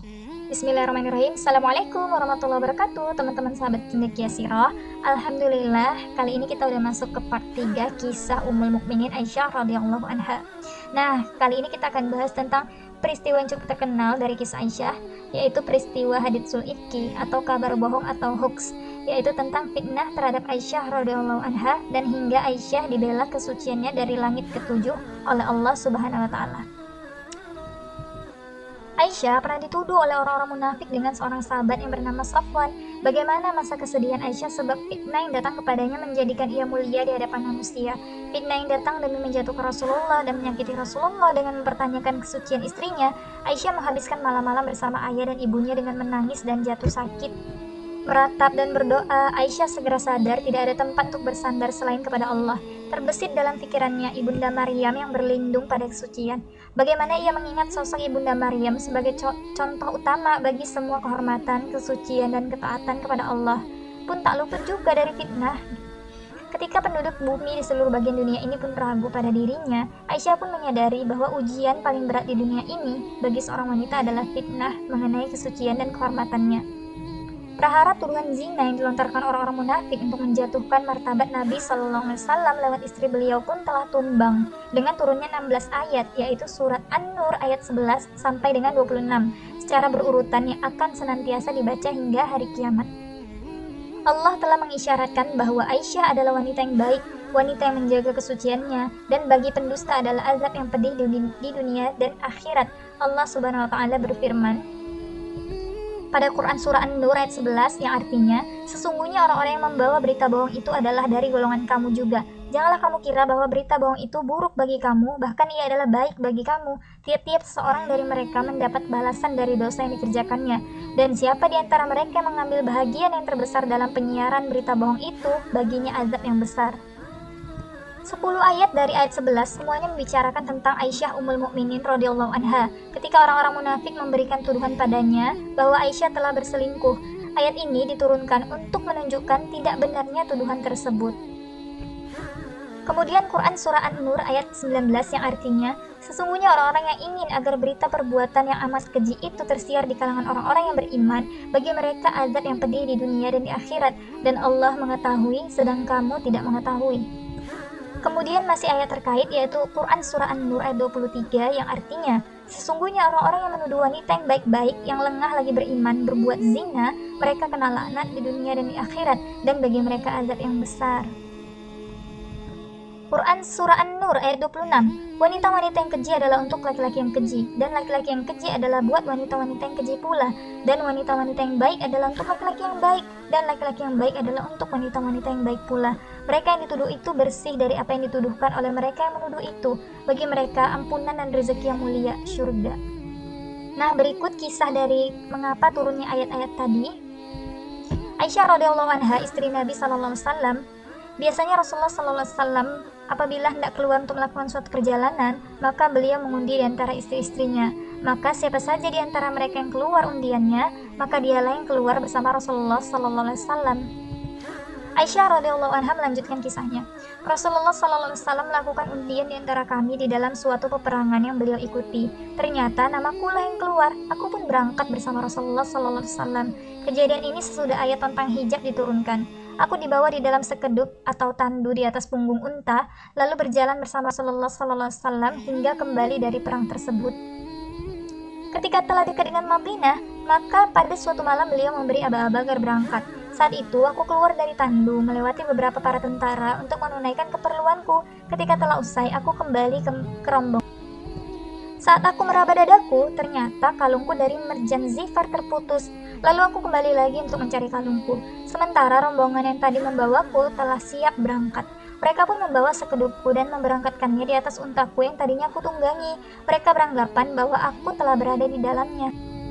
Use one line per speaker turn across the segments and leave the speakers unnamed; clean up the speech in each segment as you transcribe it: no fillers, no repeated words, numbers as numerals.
Bismillahirrahmanirrahim. Assalamualaikum warahmatullahi wabarakatuh, teman-teman sahabat cendekia sirah. Alhamdulillah, kali ini kita udah masuk ke part 3 kisah Ummul Mukminin Aisyah radhiyallahu anha. Nah, kali ini kita akan bahas tentang peristiwa yang cukup terkenal dari kisah Aisyah, yaitu peristiwa haditsul ifki atau kabar bohong atau hoax, yaitu tentang fitnah terhadap Aisyah radhiyallahu anha dan hingga Aisyah dibela kesuciannya dari langit ketujuh oleh Allah Subhanahu wa taala. Aisyah pernah dituduh oleh orang-orang munafik dengan seorang sahabat yang bernama Safwan. Bagaimana masa kesedihan Aisyah sebab fitnah yang datang kepadanya menjadikan ia mulia di hadapan manusia. Fitnah yang datang demi menjatuhkan Rasulullah dan menyakiti Rasulullah dengan mempertanyakan kesucian istrinya. Aisyah menghabiskan malam-malam bersama ayah dan ibunya dengan menangis dan jatuh sakit. Meratap dan berdoa, Aisyah segera sadar tidak ada tempat untuk bersandar selain kepada Allah. Terbesit dalam pikirannya Ibunda Maryam yang berlindung pada kesucian. Bagaimana ia mengingat sosok Ibunda Maryam sebagai contoh utama bagi semua kehormatan, kesucian, dan ketaatan kepada Allah. Pun tak luput juga dari fitnah. Ketika penduduk bumi di seluruh bagian dunia ini pun ragu pada dirinya, Aisyah pun menyadari bahwa ujian paling berat di dunia ini bagi seorang wanita adalah fitnah mengenai kesucian dan kehormatannya. Prahara tuduhan zina yang dilontarkan orang-orang munafik untuk menjatuhkan martabat Nabi Sallallahu Alaihi Wasallam lewat istri beliau pun telah tumbang dengan turunnya 16 ayat, yaitu surat An-Nur ayat 11 sampai dengan 26 secara berurutan yang akan senantiasa dibaca hingga hari kiamat. Allah telah mengisyaratkan bahwa Aisyah adalah wanita yang baik, wanita yang menjaga kesuciannya, dan bagi pendusta adalah azab yang pedih di dunia dan akhirat. Allah Subhanahu wa taala berfirman pada Quran surah An-Nur ayat 11 yang artinya, sesungguhnya orang-orang yang membawa berita bohong itu adalah dari golongan kamu juga. Janganlah kamu kira bahwa berita bohong itu buruk bagi kamu, bahkan ia adalah baik bagi kamu. Tiap-tiap seorang dari mereka mendapat balasan dari dosa yang dikerjakannya. Dan siapa di antara mereka yang mengambil bahagian yang terbesar dalam penyiaran berita bohong itu, baginya azab yang besar. 10 ayat dari ayat 11 semuanya membicarakan tentang Aisyah Ummul Mukminin radhiyallahu anha ketika orang-orang munafik memberikan tuduhan padanya bahwa Aisyah telah berselingkuh. Ayat ini diturunkan untuk menunjukkan tidak benarnya tuduhan tersebut. Kemudian Quran surah An-Nur ayat 19 yang artinya, sesungguhnya orang-orang yang ingin agar berita perbuatan yang amat keji itu tersiar di kalangan orang-orang yang beriman, bagi mereka azab yang pedih di dunia dan di akhirat, dan Allah mengetahui sedang kamu tidak mengetahui. Kemudian masih ayat terkait yaitu Quran surah An-Nur ayat 23 yang artinya, sesungguhnya orang-orang yang menuduh wanita yang baik-baik yang lengah lagi beriman berbuat zina, mereka kena laknat di dunia dan di akhirat, dan bagi mereka azab yang besar. Quran surah An-Nur ayat 26, wanita-wanita yang keji adalah untuk laki-laki yang keji, dan laki-laki yang keji adalah buat wanita-wanita yang keji pula, dan wanita-wanita yang baik adalah untuk laki-laki yang baik, dan laki-laki yang baik adalah untuk wanita-wanita yang baik pula. Mereka yang dituduh itu bersih dari apa yang dituduhkan oleh mereka yang menuduh itu. Bagi mereka ampunan dan rezeki yang mulia, syurga. Nah, berikut kisah dari mengapa turunnya ayat-ayat tadi. Aisyah radhiyallahu anha, istri Nabi sallallahu alaihi wasallam. Biasanya Rasulullah sallallahu alaihi wasallam apabila hendak keluar untuk melakukan suatu perjalanan, maka beliau mengundi di antara istri-istrinya. Maka siapa saja di antara mereka yang keluar undiannya, maka dialah yang keluar bersama Rasulullah sallallahu alaihi wasallam. Aisyah radhiyallahu anha melanjutkan kisahnya. Rasulullah sallallahu alaihi wasallam melakukan undian di antara kami di dalam suatu peperangan yang beliau ikuti. Ternyata namaku lah yang keluar. Aku pun berangkat bersama Rasulullah sallallahu alaihi wasallam. Kejadian ini sesudah ayat tentang hijab diturunkan. Aku dibawa di dalam sekeduk atau tandu di atas punggung unta, lalu berjalan bersama Rasulullah sallallahu alaihi wasallam hingga kembali dari perang tersebut. Ketika telah dekat dengan Madinah, maka pada suatu malam beliau memberi aba-aba agar berangkat. Saat itu aku keluar dari tandu, melewati beberapa para tentara untuk menunaikan keperluanku. Ketika telah usai, aku kembali ke rombongan. Saat aku meraba dadaku, ternyata kalungku dari merjan zifar terputus. Lalu aku kembali lagi untuk mencari kalungku. Sementara rombongan yang tadi membawaku telah siap berangkat. Mereka pun membawa sekedupku dan memberangkatkannya di atas untaku yang tadinya aku tunggangi. Mereka beranggapan bahwa aku telah berada di dalamnya.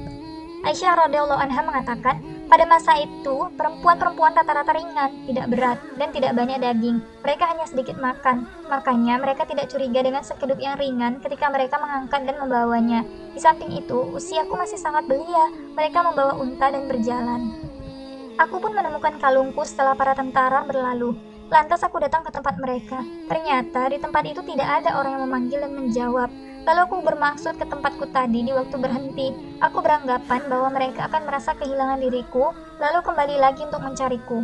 Aisyah radhiyallahu anha mengatakan, pada masa itu perempuan-perempuan rata-rata ringan, tidak berat, dan tidak banyak daging. Mereka hanya sedikit makan. Makanya mereka tidak curiga dengan sekeduk yang ringan ketika mereka mengangkat dan membawanya. Di samping itu, usiaku masih sangat belia. Mereka membawa unta dan berjalan. Aku pun menemukan kalungku setelah para tentara berlalu. Lantas aku datang ke tempat mereka. Ternyata di tempat itu tidak ada orang yang memanggil dan menjawab. Lalu aku bermaksud ke tempatku tadi di waktu berhenti. Aku beranggapan bahwa mereka akan merasa kehilangan diriku, lalu kembali lagi untuk mencariku.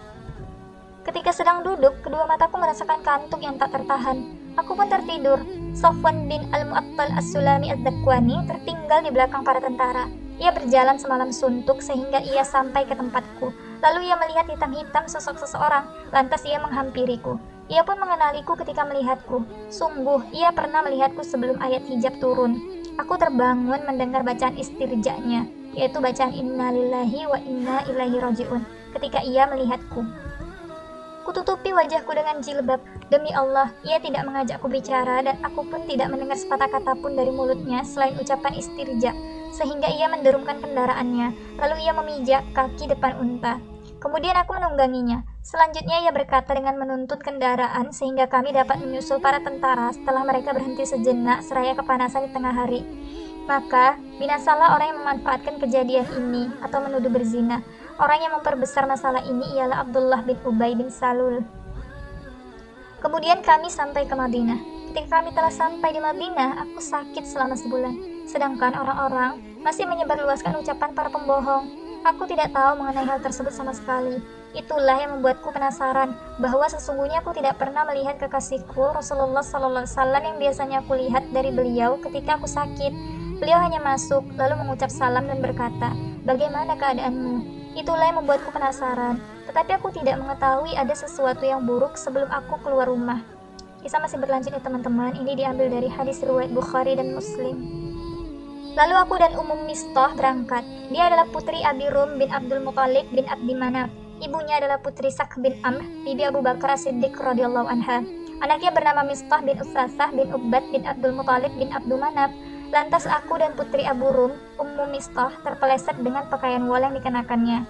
Ketika sedang duduk, kedua mataku merasakan kantuk yang tak tertahan. Aku pun tertidur. Safwan bin Al-Mu'attal As-Sulami Ad-Dakwani tertinggal di belakang para tentara. Ia berjalan semalam suntuk sehingga ia sampai ke tempatku. Lalu ia melihat hitam-hitam sosok seseorang, lantas ia menghampiriku. Ia pun mengenaliku ketika melihatku. Sungguh, ia pernah melihatku sebelum ayat hijab turun. Aku terbangun mendengar bacaan istirja'nya, yaitu bacaan innalillahi wa inna ilaihi raji'un, ketika ia melihatku. Kututupi wajahku dengan jilbab. Demi Allah, ia tidak mengajakku bicara dan aku pun tidak mendengar sepatah kata pun dari mulutnya selain ucapan istirja, sehingga ia menderumkan kendaraannya. Lalu ia memijak kaki depan unta. Kemudian aku menungganginya. Selanjutnya ia berkata dengan menuntut kendaraan sehingga kami dapat menyusul para tentara setelah mereka berhenti sejenak seraya kepanasan di tengah hari. Maka, binasalah orang yang memanfaatkan kejadian ini atau menuduh berzina. Orang yang memperbesar masalah ini ialah Abdullah bin Ubay bin Salul. Kemudian kami sampai ke Madinah. Ketika kami telah sampai di Madinah, aku sakit selama sebulan. Sedangkan orang-orang masih menyebarluaskan ucapan para pembohong. Aku tidak tahu mengenai hal tersebut sama sekali. Itulah yang membuatku penasaran bahwa sesungguhnya aku tidak pernah melihat kekasihku Rasulullah SAW yang biasanya aku lihat dari beliau ketika aku sakit. Beliau hanya masuk, lalu mengucap salam dan berkata, "Bagaimana keadaanmu?" Itulah yang membuatku penasaran, tetapi aku tidak mengetahui ada sesuatu yang buruk sebelum aku keluar rumah. Kisah masih berlanjut ya teman-teman, ini diambil dari hadis riwayat Bukhari dan Muslim. Lalu aku dan Mistah berangkat. Dia adalah putri Abi Rum bin Abdul Muthalib bin Abdi Manaf. Ibunya adalah putri Sak bin Amr, bibi Abu Bakar As-Siddiq radhiyallahu anha. Anaknya bernama Mistah bin Usasah bin Ubad bin Abdul Muthalib bin Abdul Manaf. Lantas aku dan putri Abu Rum, Mistah, terpeleset dengan pakaian wol yang dikenakannya.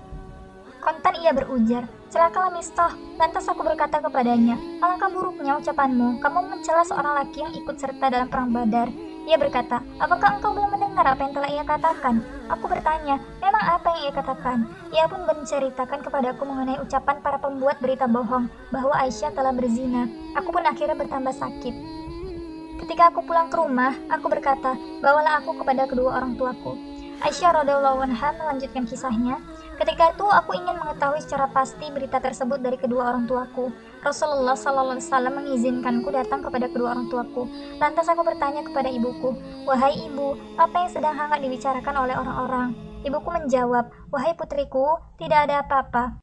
Kontan ia berujar, "Celakalah Mistah." Lantas aku berkata kepadanya, "Alangkah buruknya ucapanmu, kamu mencela seorang laki yang ikut serta dalam perang Badar." Ia berkata, "Apakah engkau belum mendengar apa yang telah ia katakan?" Aku bertanya, "Memang apa yang ia katakan?" Ia pun menceritakan kepadaku mengenai ucapan para pembuat berita bohong bahwa Aisyah telah berzina. Aku pun akhirnya bertambah sakit. Ketika aku pulang ke rumah, aku berkata, "Bawalah aku kepada kedua orang tuaku." Aisyah radhiyallahu anha melanjutkan kisahnya, "Ketika itu aku ingin mengetahui secara pasti berita tersebut dari kedua orang tuaku. Rasulullah SAW mengizinkanku datang kepada kedua orang tuaku. Lantas aku bertanya kepada ibuku, 'Wahai ibu, apa yang sedang hangat dibicarakan oleh orang-orang?' Ibuku menjawab, 'Wahai putriku, tidak ada apa-apa.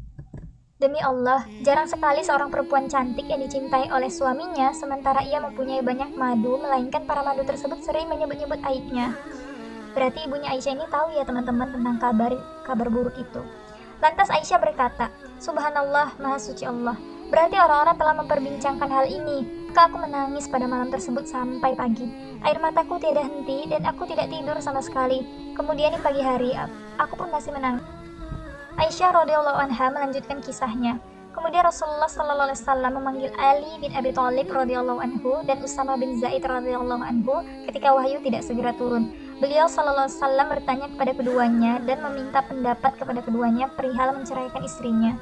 Demi Allah, jarang sekali seorang perempuan cantik yang dicintai oleh suaminya sementara ia mempunyai banyak madu, melainkan para madu tersebut sering menyebut-nyebut aibnya.'" Berarti ibunya Aisyah ini tahu ya teman-teman tentang kabar buruk itu. Lantas Aisyah berkata, "Subhanallah, Maha Suci Allah. Berarti orang-orang telah memperbincangkan hal ini." Maka aku menangis pada malam tersebut sampai pagi. Air mataku tiada henti dan aku tidak tidur sama sekali. Kemudian di pagi hari, aku pun masih menangis. Aisyah radhiyallahu anha melanjutkan kisahnya. Kemudian Rasulullah SAW memanggil Ali bin Abi Thalib radhiyallahu anhu dan Usama bin Zaid radhiyallahu anhu ketika wahyu tidak segera turun. Beliau SAW bertanya kepada keduanya dan meminta pendapat kepada keduanya perihal menceraikan istrinya.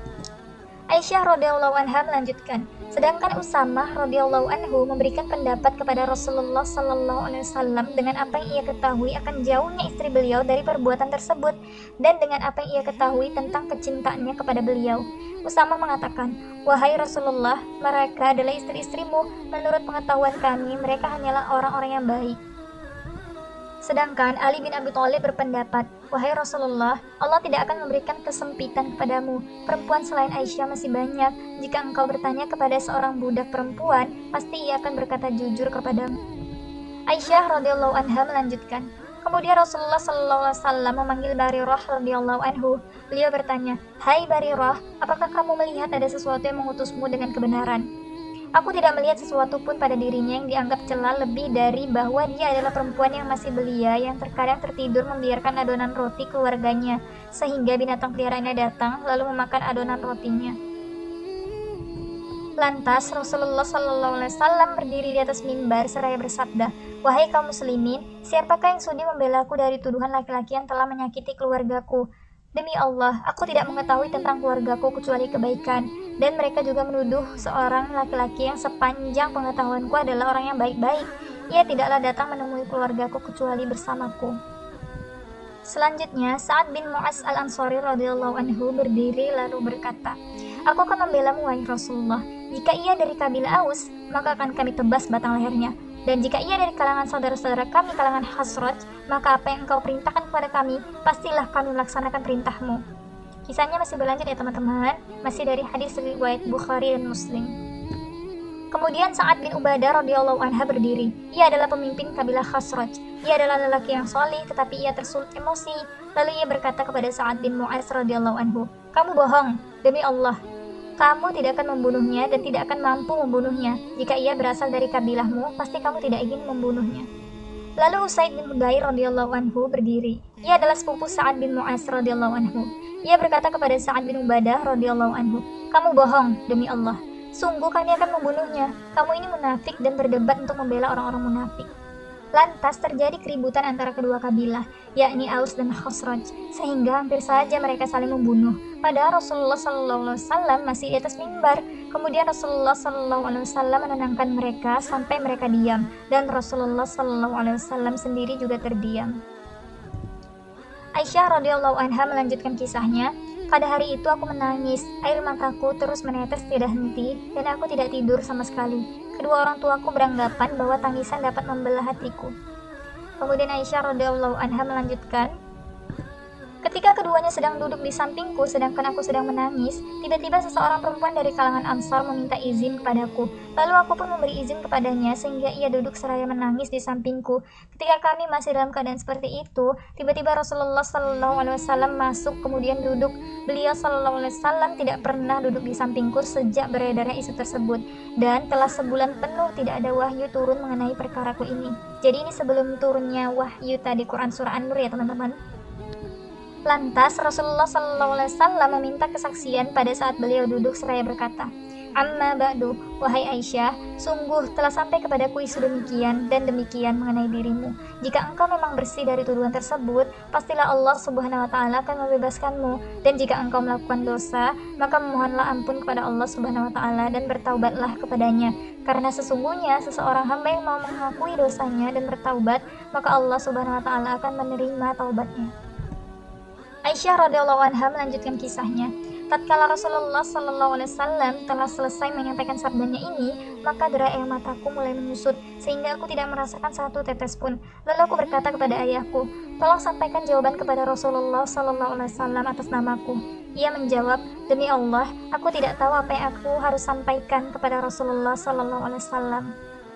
Aisyah radhiyallahu anha melanjutkan, sedangkan Usamah radhiyallahu anhu memberikan pendapat kepada Rasulullah SAW dengan apa yang ia ketahui akan jauhnya istri beliau dari perbuatan tersebut dan dengan apa yang ia ketahui tentang kecintaannya kepada beliau. Usamah mengatakan, "Wahai Rasulullah, mereka adalah istri-istrimu. Menurut pengetahuan kami, mereka hanyalah orang-orang yang baik." Sedangkan Ali bin Abi Thalib berpendapat, "Wahai Rasulullah, Allah tidak akan memberikan kesempitan kepadamu. Perempuan selain Aisyah masih banyak. Jika engkau bertanya kepada seorang budak perempuan, pasti ia akan berkata jujur kepadamu." Aisyah radhiyallahu anha melanjutkan, kemudian Rasulullah SAW memanggil Barirah radhiyallahu anhu. Beliau bertanya, "Hai Barirah, apakah kamu melihat ada sesuatu yang mengutusmu dengan kebenaran?" Aku tidak melihat sesuatu pun pada dirinya yang dianggap cela lebih dari bahwa dia adalah perempuan yang masih belia yang terkadang tertidur membiarkan adonan roti keluarganya sehingga binatang peliharaannya datang lalu memakan adonan rotinya. Lantas Rasulullah SAW berdiri di atas mimbar seraya bersabda, "Wahai kaum muslimin, siapakah yang sudi membelaku dari tuduhan laki-laki yang telah menyakiti keluargaku?" Demi Allah, aku tidak mengetahui tentang keluargaku kecuali kebaikan, dan mereka juga menuduh seorang laki-laki yang sepanjang pengetahuanku adalah orang yang baik-baik. Ia tidaklah datang menemui keluargaku kecuali bersamaku. Selanjutnya, Sa'ad bin Mu'az al-Ansari radhiyallahu anhu berdiri lalu berkata, "Aku akan membelamu wahai Rasulullah. Jika ia dari kabilah Aus, maka akan kami tebas batang lehernya. Dan jika ia dari kalangan saudara-saudara kami kalangan Khazraj, maka apa yang engkau perintahkan kepada kami, pastilah kami melaksanakan perintahmu." Kisahnya masih berlanjut ya teman-teman, masih dari hadis riwayat Bukhari dan Muslim. Kemudian Sa'ad bin Ubadah radhiyallahu anha berdiri. Ia adalah pemimpin kabilah Khazraj. Ia adalah lelaki yang soleh, tetapi ia tersulut emosi. Lalu ia berkata kepada Sa'ad bin Mu'az radhiyallahu anhu, "Kamu bohong, demi Allah. Kamu tidak akan membunuhnya dan tidak akan mampu membunuhnya. Jika ia berasal dari kabilahmu, pasti kamu tidak ingin membunuhnya." Lalu Usaid bin Hudayr radhiyallahu anhu berdiri. Ia adalah sepupu Sa'ad bin Mu'az radhiyallahu anhu. Ia berkata kepada Sa'ad bin Ubadah radhiyallahu anhu, "Kamu bohong, demi Allah. Sungguh kami akan membunuhnya. Kamu ini munafik dan berdebat untuk membela orang-orang munafik." Lantas terjadi keributan antara kedua kabilah, yakni Aus dan Khazraj, sehingga hampir saja mereka saling membunuh. Padahal Rasulullah SAW masih di atas mimbar. Kemudian Rasulullah SAW menenangkan mereka sampai mereka diam, dan Rasulullah SAW sendiri juga terdiam. Aisyah radhiyallahu anha melanjutkan kisahnya, "Pada hari itu aku menangis, air mataku terus menetes tidak henti, dan aku tidak tidur sama sekali. Kedua orang tuaku beranggapan bahwa tangisan dapat membelah hatiku." Kemudian Aisyah radhiyallahu anha melanjutkan, "Ketika keduanya sedang duduk di sampingku sedangkan aku sedang menangis, tiba-tiba seseorang perempuan dari kalangan Ansar meminta izin kepadaku. Lalu aku pun memberi izin kepadanya sehingga ia duduk seraya menangis di sampingku. Ketika kami masih dalam keadaan seperti itu, tiba-tiba Rasulullah SAW masuk kemudian duduk. Beliau SAW tidak pernah duduk di sampingku sejak beredarnya isu tersebut, dan telah sebulan penuh tidak ada wahyu turun mengenai perkaraku ini." Jadi ini sebelum turunnya wahyu tadi Quran surah An-Nur ya teman-teman. Lantas Rasulullah SAW meminta kesaksian pada saat beliau duduk seraya berkata, "Amma ba'du, wahai Aisyah, sungguh telah sampai kepadaku isu demikian dan demikian mengenai dirimu. Jika engkau memang bersih dari tuduhan tersebut, pastilah Allah Subhanahu wa Ta'ala akan membebaskanmu. Dan jika engkau melakukan dosa, maka memohonlah ampun kepada Allah Subhanahu wa Ta'ala dan bertaubatlah kepadanya. Karena sesungguhnya seseorang hamba yang mau mengakui dosanya dan bertaubat, maka Allah Subhanahu wa Ta'ala akan menerima taubatnya." Aisyah radhiyallahu anha melanjutkan kisahnya, "Tatkala Rasulullah SAW telah selesai menyampaikan sabdanya ini, maka derai air mataku mulai menyusut sehingga aku tidak merasakan satu tetes pun. Lalu aku berkata kepada ayahku, 'Tolong sampaikan jawaban kepada Rasulullah SAW atas namaku.' Ia menjawab, 'Demi Allah, aku tidak tahu apa yang aku harus sampaikan kepada Rasulullah SAW.'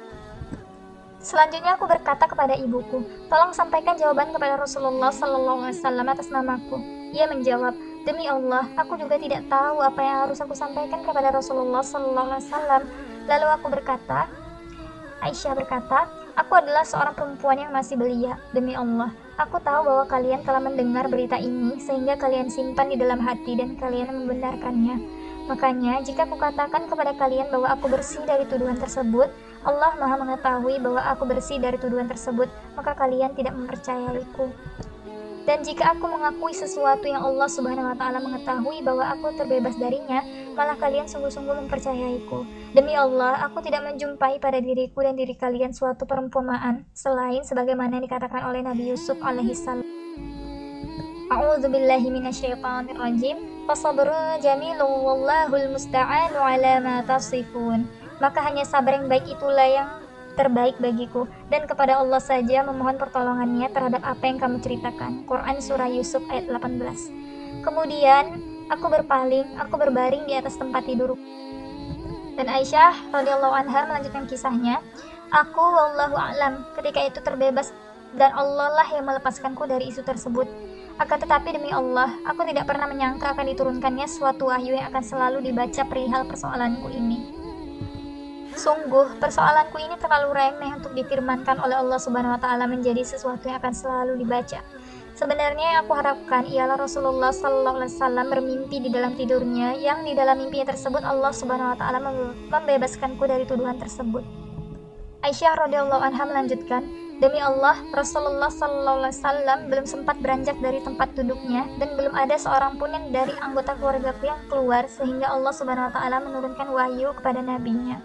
Selanjutnya aku berkata kepada ibuku, 'Tolong sampaikan jawaban kepada Rasulullah SAW atas namaku.' Ia menjawab, 'Demi Allah, aku juga tidak tahu apa yang harus aku sampaikan kepada Rasulullah SAW.' Lalu aku berkata, Aisyah berkata, 'Aku adalah seorang perempuan yang masih belia. Demi Allah, aku tahu bahwa kalian telah mendengar berita ini sehingga kalian simpan di dalam hati dan kalian membenarkannya. Makanya jika aku katakan kepada kalian bahwa aku bersih dari tuduhan tersebut, Allah Maha mengetahui bahwa aku bersih dari tuduhan tersebut, maka kalian tidak mempercayaiku. Dan jika aku mengakui sesuatu yang Allah Subhanahu wa Ta'ala mengetahui bahwa aku terbebas darinya, malah kalian sungguh-sungguh mempercayaiku. Demi Allah, aku tidak menjumpai pada diriku dan diri kalian suatu perumpamaan selain sebagaimana yang dikatakan oleh Nabi Yusuf alaihissalam. A'udzubillahi minasyaitonirrajim. Fasabrun jamilun wallahul musta'anu ala ma tasifun. Maka hanya sabar yang baik itulah yang terbaik bagiku, dan kepada Allah saja memohon pertolongannya terhadap apa yang kamu ceritakan. Quran surah Yusuf ayat 18. Kemudian aku berbaring di atas tempat tidur. Dan Aisyah radhiyallahu anha melanjutkan kisahnya, "Aku wallahu a'lam ketika itu terbebas dan Allah lah yang melepaskanku dari isu tersebut. Akan tetapi demi Allah, aku tidak pernah menyangka akan diturunkannya suatu wahyu yang akan selalu dibaca perihal persoalanku ini. Sungguh, persoalanku ini terlalu remeh untuk difirmankan oleh Allah Subhanahu wa Ta'ala menjadi sesuatu yang akan selalu dibaca. Sebenarnya yang aku harapkan ialah Rasulullah SAW bermimpi di dalam tidurnya, yang di dalam mimpinya tersebut Allah Subhanahu wa Ta'ala membebaskanku dari tuduhan tersebut." Aisyah radhiyallahu anha melanjutkan, Demi Allah, Rasulullah SAW belum sempat beranjak dari tempat duduknya dan belum ada seorang pun yang dari anggota keluargaku yang keluar sehingga Allah Subhanahu wa taala menurunkan wahyu kepada nabinya.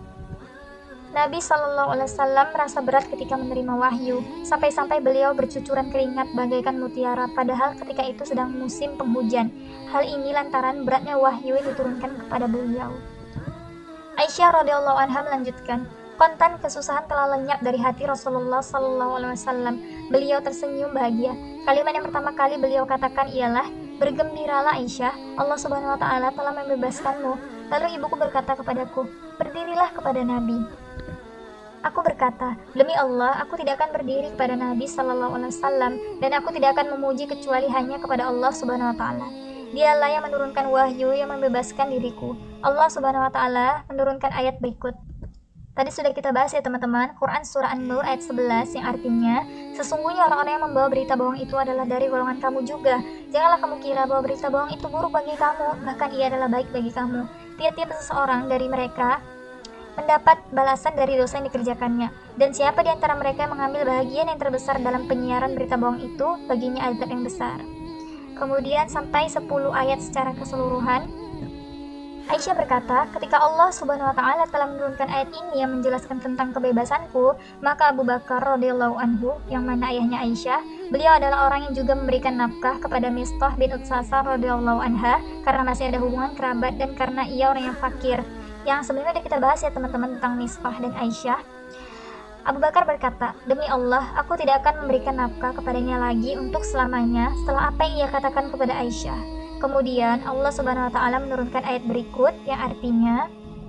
Nabi SAW merasa berat ketika menerima wahyu, sampai-sampai beliau bercucuran keringat bagaikan mutiara padahal ketika itu sedang musim penghujan. Hal ini lantaran beratnya wahyu yang diturunkan kepada beliau. Aisyah radhiyallahu anha melanjutkan, kontan kesusahan telah lenyap dari hati Rasulullah SAW. Beliau tersenyum bahagia. Kalimat yang pertama kali beliau katakan ialah, bergembiralah Aisyah, Allah Subhanahu wa taala telah membebaskanmu. Lalu ibuku berkata kepadaku, berdirilah kepada Nabi. Aku berkata, demi Allah, aku tidak akan berdiri kepada Nabi SAW dan aku tidak akan memuji kecuali hanya kepada Allah Subhanahu wa taala. Dialah yang menurunkan wahyu yang membebaskan diriku. Allah Subhanahu wa taala menurunkan ayat berikut. Tadi sudah kita bahas ya teman-teman, Quran Surah An-Nur ayat 11 yang artinya, sesungguhnya orang-orang yang membawa berita bohong itu adalah dari golongan kamu juga. Janganlah kamu kira bahwa berita bohong itu buruk bagi kamu, bahkan ia adalah baik bagi kamu. Tiap-tiap seseorang dari mereka mendapat balasan dari dosa yang dikerjakannya. Dan siapa di antara mereka yang mengambil bahagian yang terbesar dalam penyiaran berita bohong itu, baginya azab yang besar. Kemudian sampai 10 ayat secara keseluruhan. Aisyah berkata, ketika Allah Subhanahu wa taala telah menurunkan ayat ini yang menjelaskan tentang kebebasanku, maka Abu Bakar radhiyallahu anhu, yang mana ayahnya Aisyah, beliau adalah orang yang juga memberikan nafkah kepada Mistah bin Utsasah radhiyallahu anha karena masih ada hubungan kerabat dan karena ia orang yang fakir. Yang sebelumnya udah kita bahas ya teman-teman tentang Mistah dan Aisyah. Abu Bakar berkata, demi Allah, aku tidak akan memberikan nafkah kepadanya lagi untuk selamanya setelah apa yang ia katakan kepada Aisyah. Kemudian Allah Subhanahu wa taala menurunkan ayat berikut yang artinya,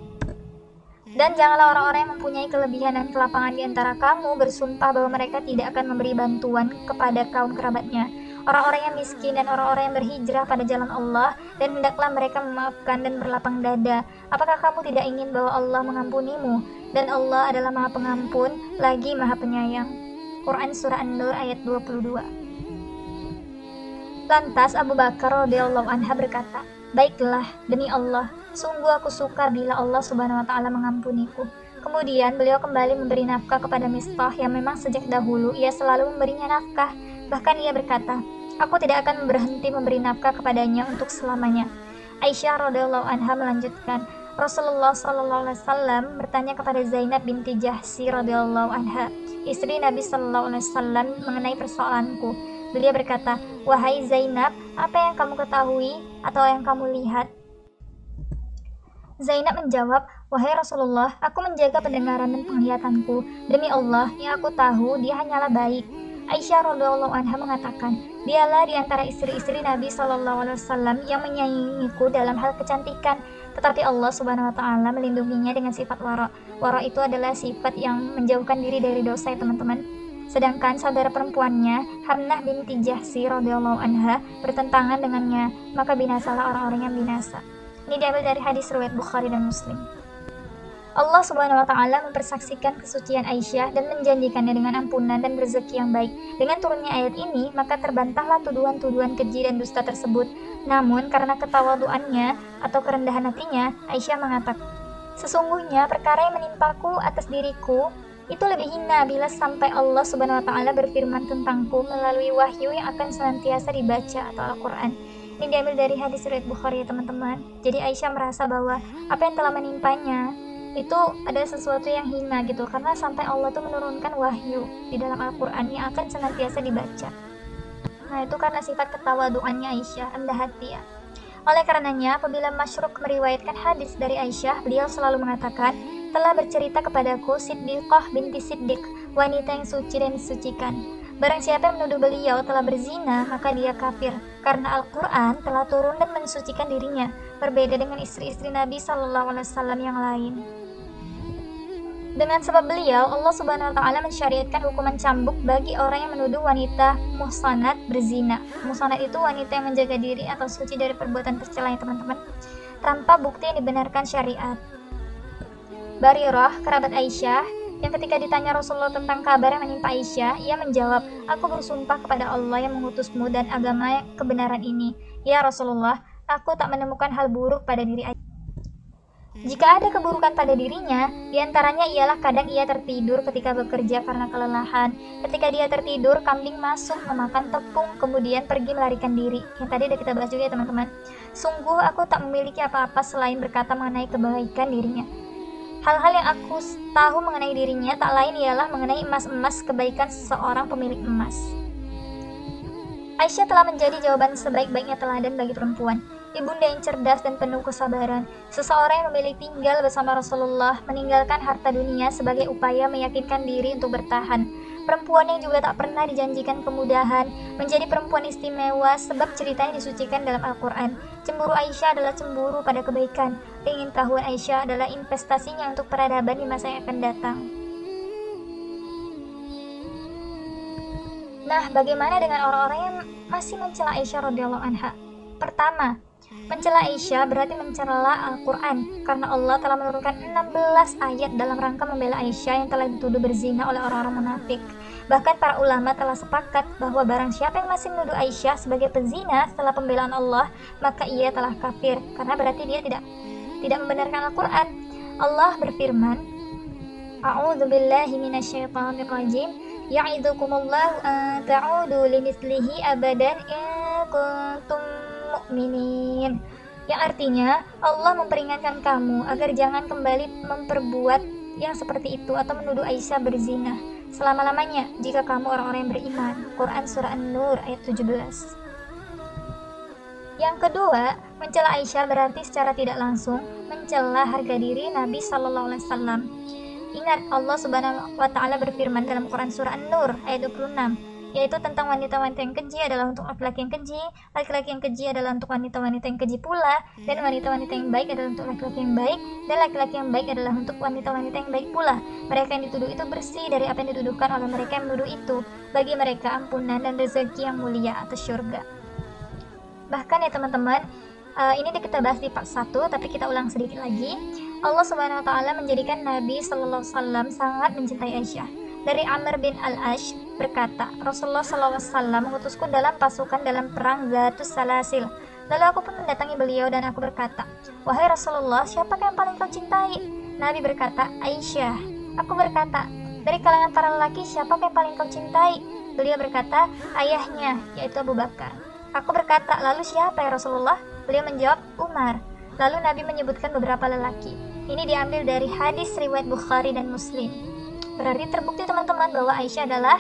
dan janganlah orang-orang yang mempunyai kelebihan dan kelapangan di antara kamu bersumpah bahwa mereka tidak akan memberi bantuan kepada kaum kerabatnya, orang-orang yang miskin dan orang-orang yang berhijrah pada jalan Allah, dan hendaklah mereka memaafkan dan berlapang dada. Apakah kamu tidak ingin bahwa Allah mengampunimu? Dan Allah adalah Maha Pengampun lagi Maha Penyayang. Quran Surah An-Nur ayat 22. Lantas Abu Bakar radhiyallahu anha berkata, baiklah, demi Allah, sungguh aku suka bila Allah Subhanahu wa taala mengampuniku. Kemudian beliau kembali memberi nafkah kepada Mistah yang memang sejak dahulu ia selalu memberinya nafkah. Bahkan ia berkata, aku tidak akan berhenti memberi nafkah kepadanya untuk selamanya. Aisyah radhiyallahu anha melanjutkan, Rasulullah SAW bertanya kepada Zainab binti Jahsy radhiyallahu anha, istri Nabi SAW, mengenai persoalanku. Beliau berkata, wahai Zainab, apa yang kamu ketahui atau yang kamu lihat? Zainab menjawab, wahai Rasulullah, aku menjaga pendengaran dan penglihatanku. Demi Allah, yang aku tahu dia hanyalah baik. Aisyah radhiyallahu anha mengatakan, dialah di antara istri-istri Nabi SAW yang menyayangiku dalam hal kecantikan, tetapi Allah Subhanahu wa taala melindunginya dengan sifat wara. Wara itu adalah sifat yang menjauhkan diri dari dosa ya teman-teman. Sedangkan saudara perempuannya, Hamnah binti Jahsy radhiyallahu anha, bertentangan dengannya, maka binasalah orang-orang yang binasa. Ini diambil dari hadis riwayat Bukhari dan Muslim. Allah Subhanahu wa taala mempersaksikan kesucian Aisyah dan menjanjikannya dengan ampunan dan rezeki yang baik. Dengan turunnya ayat ini, maka terbantahlah tuduhan-tuduhan keji dan dusta tersebut. Namun karena ketawaduannya atau kerendahan hatinya, Aisyah mengatakan, sesungguhnya perkara yang menimpaku atas diriku itu lebih hina bila sampai Allah Subhanahu wa taala berfirman tentangku melalui wahyu yang akan senantiasa dibaca atau Al-Qur'an. Ini diambil dari hadis riwayat Bukhari ya teman-teman. Jadi Aisyah merasa bahwa apa yang telah menimpanya itu ada sesuatu yang hina gitu, karena sampai Allah tuh menurunkan wahyu di dalam Al-Qur'an yang akan senantiasa dibaca. Nah, itu karena sifat ketawaduannya Aisyah, rendah hati ya. Oleh karenanya, apabila Masyruk meriwayatkan hadis dari Aisyah, beliau selalu mengatakan, telah bercerita kepadaku Siddiqah binti Siddiq, wanita yang suci dan disucikan. Barang siapa yang menuduh beliau telah berzina, maka dia kafir, karena Al-Quran telah turun dan mensucikan dirinya, berbeda dengan istri-istri Nabi SAW yang lain. Dengan sebab beliau, Allah Subhanahu wa taala mensyariatkan hukuman cambuk bagi orang yang menuduh wanita muhsanat berzina. Muhsanat itu wanita yang menjaga diri atau suci dari perbuatan tercela ya teman-teman, tanpa bukti yang dibenarkan syariat. Barirah, kerabat Aisyah, yang ketika ditanya Rasulullah tentang kabar yang menimpa Aisyah, ia menjawab, aku bersumpah kepada Allah yang mengutusmu dan agama kebenaran ini. Ya Rasulullah, aku tak menemukan hal buruk pada diri Aisyah. Jika ada keburukan pada dirinya, diantaranya ialah kadang ia tertidur ketika bekerja karena kelelahan. Ketika dia tertidur, kambing masuk memakan tepung, kemudian pergi melarikan diri. Yang tadi udah kita bahas juga ya teman-teman. Sungguh aku tak memiliki apa-apa selain berkata mengenai kebaikan dirinya. Hal-hal yang aku tahu mengenai dirinya tak lain ialah mengenai emas-emas kebaikan seseorang pemilik emas. Aisyah telah menjadi jawaban sebaik-baiknya teladan bagi perempuan. Ibunda yang cerdas dan penuh kesabaran, seseorang yang memilih tinggal bersama Rasulullah, meninggalkan harta dunia sebagai upaya meyakinkan diri untuk bertahan. Perempuan yang juga tak pernah dijanjikan kemudahan, menjadi perempuan istimewa sebab ceritanya disucikan dalam Al-Quran. Cemburu Aisyah adalah cemburu pada kebaikan. Keingintahuan Aisyah adalah investasinya untuk peradaban di masa yang akan datang. Nah, bagaimana dengan orang-orang yang masih mencela Aisyah radhiyallahu anha? Pertama, mencela Aisyah berarti mencela Al-Quran, karena Allah telah menurunkan 16 ayat dalam rangka membela Aisyah yang telah dituduh berzina oleh orang-orang munafik. Bahkan para ulama telah sepakat bahwa barang siapa yang masih menuduh Aisyah sebagai pezina setelah pembelaan Allah, maka ia telah kafir, karena berarti dia tidak membenarkan Al-Quran. Allah berfirman, A'udzubillahi minasyaitonirrajim, ya'idukumullahu an ta'udu limithlihi abadan in kuntum mu'minin. Yang artinya, Allah memperingatkan kamu agar jangan kembali memperbuat yang seperti itu atau menuduh Aisyah berzina selama-lamanya jika kamu orang-orang yang beriman. Quran Surah An-Nur ayat 17. Yang kedua, mencela Aisyah berarti secara tidak langsung mencela harga diri Nabi Sallallahu Alaihi Wasallam. Ingat, Allah Subhanahu Wa Taala berfirman dalam Quran Surah An-Nur ayat 26, yaitu tentang wanita-wanita yang keji adalah untuk laki-laki yang keji, laki-laki yang keji adalah untuk wanita-wanita yang keji pula, dan wanita-wanita yang baik adalah untuk laki-laki yang baik, dan laki-laki yang baik adalah untuk wanita-wanita yang baik pula. Mereka yang dituduh itu bersih dari apa yang dituduhkan oleh mereka yang menuduh itu. Bagi mereka ampunan dan rezeki yang mulia atas syurga. Bahkan ya teman-teman, ini kita bahas di part 1, tapi kita ulang sedikit lagi. Allah Subhanahu Wa Taala menjadikan Nabi Sallallahu Alaihi Wasallam sangat mencintai Aisyah. Dari Amr bin Al-Ash berkata, Rasulullah SAW mengutusku dalam pasukan dalam perang Zatus Salasil. Lalu aku pun mendatangi beliau dan aku berkata, wahai Rasulullah, siapakah yang paling kau cintai? Nabi berkata, Aisyah. Aku berkata, dari kalangan para lelaki siapakah yang paling kau cintai? Beliau berkata, ayahnya, yaitu Abu Bakar. Aku berkata, lalu siapa ya Rasulullah? Beliau menjawab, Umar. Lalu Nabi menyebutkan beberapa lelaki. Ini diambil dari hadis riwayat Bukhari dan Muslim. Berarti terbukti teman-teman bahwa Aisyah adalah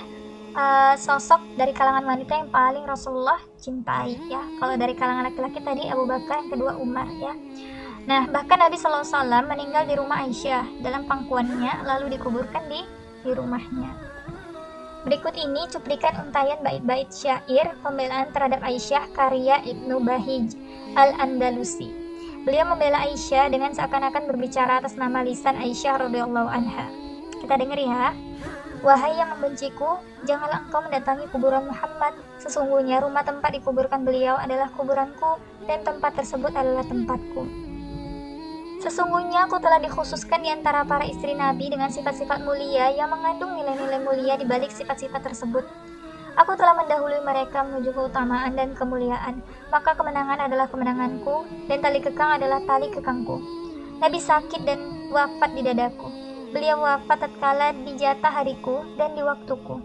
sosok dari kalangan wanita yang paling Rasulullah cintai ya. Kalau dari kalangan laki-laki tadi Abu Bakar, yang kedua Umar ya. Nah, bahkan Nabi SAW meninggal di rumah Aisyah dalam pangkuannya, lalu dikuburkan di rumahnya. Berikut ini cuplikan untayan bait-bait syair pembelaan terhadap Aisyah karya Ibnu Bahij Al-Andalusi. Beliau membela Aisyah dengan seakan-akan berbicara atas nama lisan Aisyah radhiyallahu anha. Kita dengar ya. Wahai yang membenciku, janganlah engkau mendatangi kuburan Muhammad. Sesungguhnya rumah tempat dikuburkan beliau adalah kuburanku, dan tempat tersebut adalah tempatku. Sesungguhnya aku telah dikhususkan di antara para istri Nabi dengan sifat-sifat mulia yang mengandung nilai-nilai mulia di balik sifat-sifat tersebut. Aku telah mendahului mereka menuju keutamaan dan kemuliaan, maka kemenangan adalah kemenanganku, dan tali kekang adalah tali kekangku. Nabi sakit dan wafat di dadaku. Beliau wafat tatkala di jatah hariku dan di waktuku.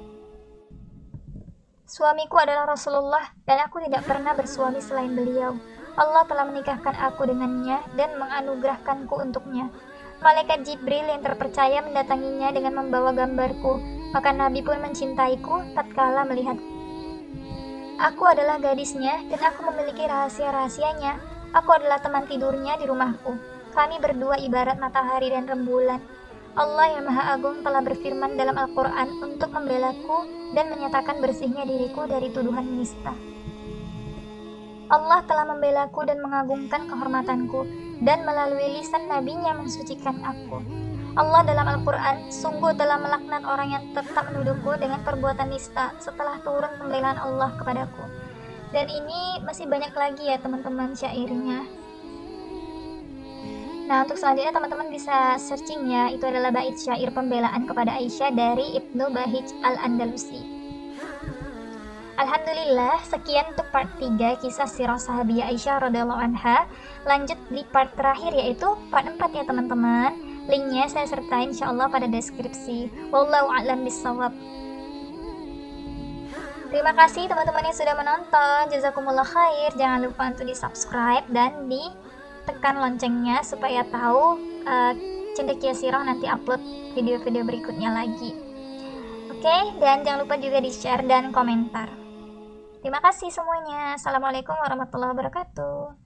Suamiku adalah Rasulullah, dan aku tidak pernah bersuami selain beliau. Allah telah menikahkan aku dengannya dan menganugerahkanku untuknya. Malaikat Jibril yang terpercaya mendatanginya dengan membawa gambarku, maka Nabi pun mencintaiku tatkala melihat. Aku adalah gadisnya dan aku memiliki rahasia-rahasianya. Aku adalah teman tidurnya di rumahku. Kami berdua ibarat matahari dan rembulan. Allah yang Maha Agung telah berfirman dalam Al-Quran untuk membelaku dan menyatakan bersihnya diriku dari tuduhan nista. Allah telah membelaku dan mengagungkan kehormatanku, dan melalui lisan nabinya mensucikan aku. Allah dalam Al-Quran sungguh telah melaknat orang yang tetap menuduhku dengan perbuatan nista setelah turun pembelaan Allah kepadaku. Dan ini masih banyak lagi ya teman-teman syairnya. Nah, untuk selanjutnya teman-teman bisa searching ya, itu adalah bait syair pembelaan kepada Aisyah dari Ibnu Bahij Al-Andalusi. Alhamdulillah, sekian untuk part 3 kisah sirah sahabiah Aisyah radhiyallahu anha. Lanjut di part terakhir yaitu part 4 ya teman-teman. Linknya saya sertai insyaallah pada deskripsi. Wallahu a'lam bishawab. Terima kasih teman-teman yang sudah menonton. Jazakumullah khair. Jangan lupa untuk di-subscribe dan ditekan loncengnya supaya tahu Cendekia Sirah nanti upload video-video berikutnya lagi. Oke, dan jangan lupa juga di-share dan komentar. Terima kasih semuanya. Assalamualaikum warahmatullahi wabarakatuh.